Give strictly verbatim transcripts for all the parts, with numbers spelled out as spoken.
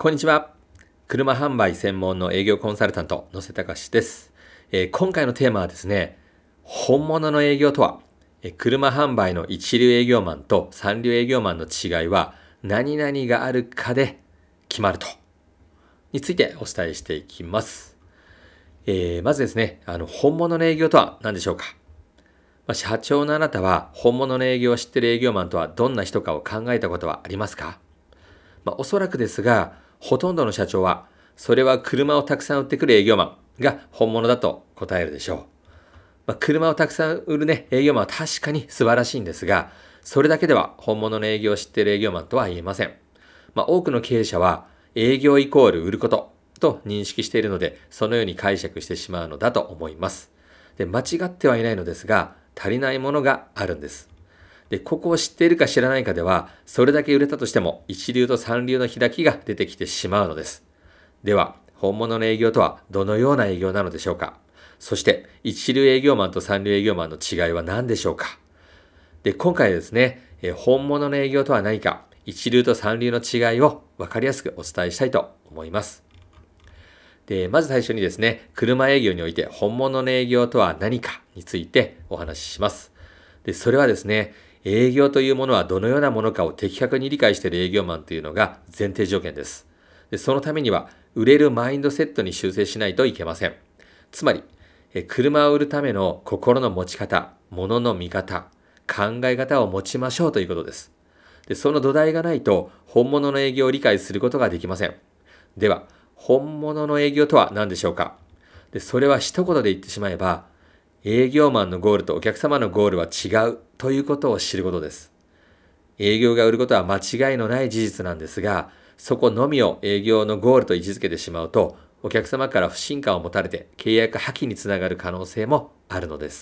こんにちは。車販売専門の営業コンサルタント、野瀬隆です、えー今回のテーマはですね、本物の営業とは、えー車販売の一流営業マンと三流営業マンの違いは何々があるかで決まると、についてお伝えしていきます。えーまずですね、あの、本物の営業とは何でしょうか。まあ、社長のあなたは本物の営業を知っている営業マンとはどんな人かを考えたことはありますか。まあ、おそらくですが、ほとんどの社長は、それは車をたくさん売ってくる営業マンが本物だと答えるでしょう。まあ、車をたくさん売るね、営業マンは確かに素晴らしいんですが、それだけでは本物の営業を知っている営業マンとは言えません。まあ、多くの経営者は、営業イコール売ることと認識しているので、そのように解釈してしまうのだと思います。で、間違ってはいないのですが、足りないものがあるんです。で、ここを知っているか知らないかでは、それだけ売れたとしても、一流と三流の開きが出てきてしまうのです。では、本物の営業とはどのような営業なのでしょうか。そして、一流営業マンと三流営業マンの違いは何でしょうか。で、今回ですね、え本物の営業とは何か、一流と三流の違いを分かりやすくお伝えしたいと思います。で、まず最初にですね、車営業において本物の営業とは何かについてお話しします。で、それはですね、営業というものはどのようなものかを的確に理解している営業マンというのが前提条件です。で、そのためには、売れるマインドセットに修正しないといけません。つまり、え車を売るための心の持ち方、物の見方、考え方を持ちましょうということです。で、その土台がないと、本物の営業を理解することができません。では、本物の営業とは何でしょうか。で、それは一言で言ってしまえば、営業マンのゴールとお客様のゴールは違うということを知ることです。営業が売ることは間違いのない事実なんですが、そこのみを営業のゴールと位置づけてしまうと、お客様から不信感を持たれて契約破棄につながる可能性もあるのです。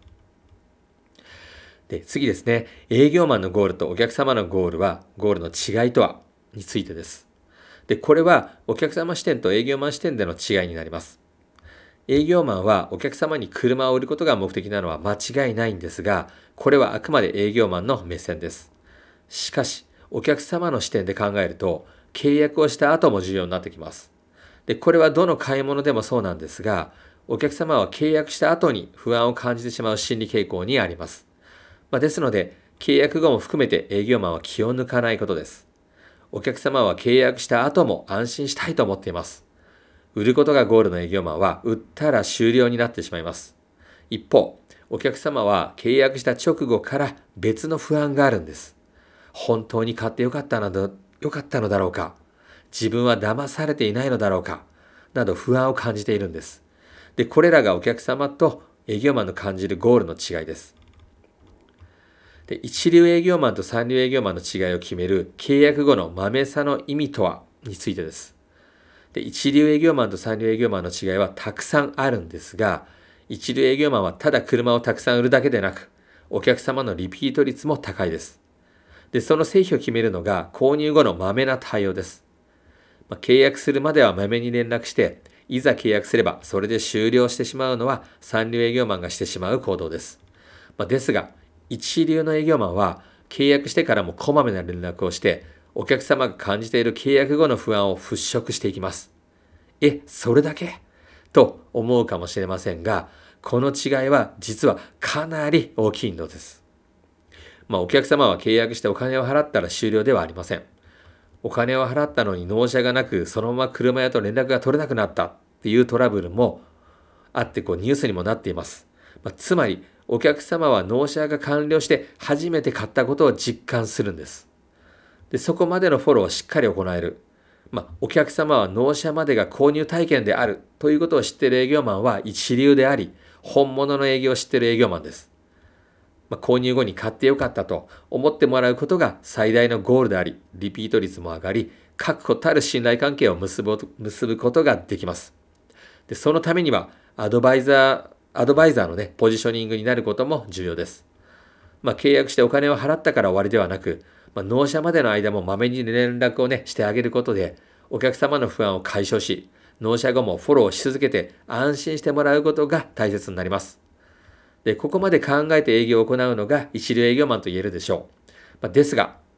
で、次ですね。営業マンのゴールとお客様のゴールは、ゴールの違いとはについてです。で、これはお客様視点と営業マン視点での違いになります。営業マンはお客様に車を売ることが目的なのは間違いないんですが、これはあくまで営業マンの目線です。しかし、お客様の視点で考えると、契約をした後も重要になってきます。で、これはどの買い物でもそうなんですが、お客様は契約した後に不安を感じてしまう心理傾向にあります。まあ、ですので、契約後も含めて営業マンは気を抜かないことです。お客様は契約した後も安心したいと思っています。売ることがゴールの営業マンは、売ったら終了になってしまいます。一方、お客様は契約した直後から別の不安があるんです。本当に買ってよかったのだ、よかったのだろうか。自分は騙されていないのだろうか。など不安を感じているんです。で、これらがお客様と営業マンの感じるゴールの違いです。で、一流営業マンと三流営業マンの違いを決める契約後のまめさの意味とはについてです。で、一流営業マンと三流営業マンの違いはたくさんあるんですが、一流営業マンはただ車をたくさん売るだけでなく、お客様のリピート率も高いです。で、その成否を決めるのが購入後のまめな対応です。まあ、契約するまではまめに連絡して、いざ契約すればそれで終了してしまうのは三流営業マンがしてしまう行動です。まあ、ですが、一流の営業マンは契約してからもこまめな連絡をして、お客様が感じている契約後の不安を払拭していきます。え、それだけと思うかもしれませんが、この違いは実はかなり大きいのです。まあ、お客様は契約してお金を払ったら終了ではありません。お金を払ったのに納車がなく、そのまま車屋と連絡が取れなくなったっていうトラブルもあって、こうニュースにもなっています。まあ、つまり、お客様は納車が完了して初めて買ったことを実感するんです。で、そこまでのフォローをしっかり行える。まあ、お客様は納車までが購入体験であるということを知っている営業マンは一流であり、本物の営業を知っている営業マンです。まあ、購入後に買ってよかったと思ってもらうことが最大のゴールであり、リピート率も上がり、確固たる信頼関係を結ぶ、結ぶことができます。で、そのためにはアドバイザー、アドバイザーのね、ポジショニングになることも重要です。まあ、契約してお金を払ったから終わりではなく、まあ、納車までの間もまめに連絡をね、してあげることで、お客様の不安を解消し、納車後もフォローし続けて安心してもらうことが大切になります。で、ここまで考えて営業を行うのが一流営業マンと言えるでしょう。まあ、ですが、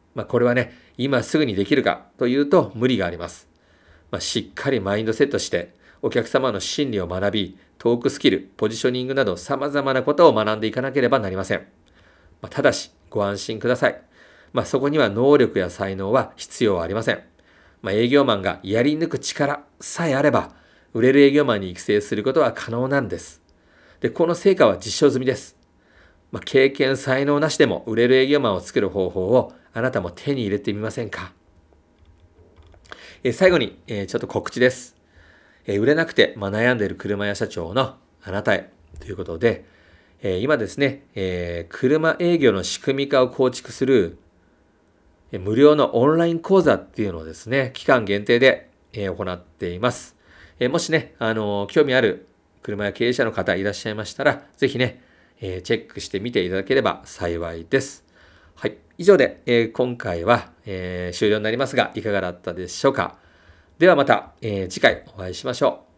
まあ、これはね、今すぐにできるかというと無理があります。まあ、しっかりマインドセットして、お客様の心理を学び、トークスキル、ポジショニングなど様々なことを学んでいかなければなりません。まあ、ただし、ご安心ください。まあ、そこには能力や才能は必要はありません。まあ、営業マンがやり抜く力さえあれば、売れる営業マンに育成することは可能なんです。で、この成果は実証済みです。まあ、経験、才能なしでも売れる営業マンを作る方法をあなたも手に入れてみませんか？え最後に、えー、ちょっと告知です。えー、売れなくて、まあ、悩んでいる車屋社長のあなたへということで、えー、今ですね、えー、車営業の仕組み化を構築する、えー、無料のオンライン講座っていうのをですね、期間限定で、えー、行っています。えー、もしね、あのー、興味ある車や経営者の方いらっしゃいましたら、ぜひね、えー、チェックしてみていただければ幸いです。はい。以上で、えー、今回は、えー、終了になりますが、いかがだったでしょうか。ではまた、えー、次回お会いしましょう。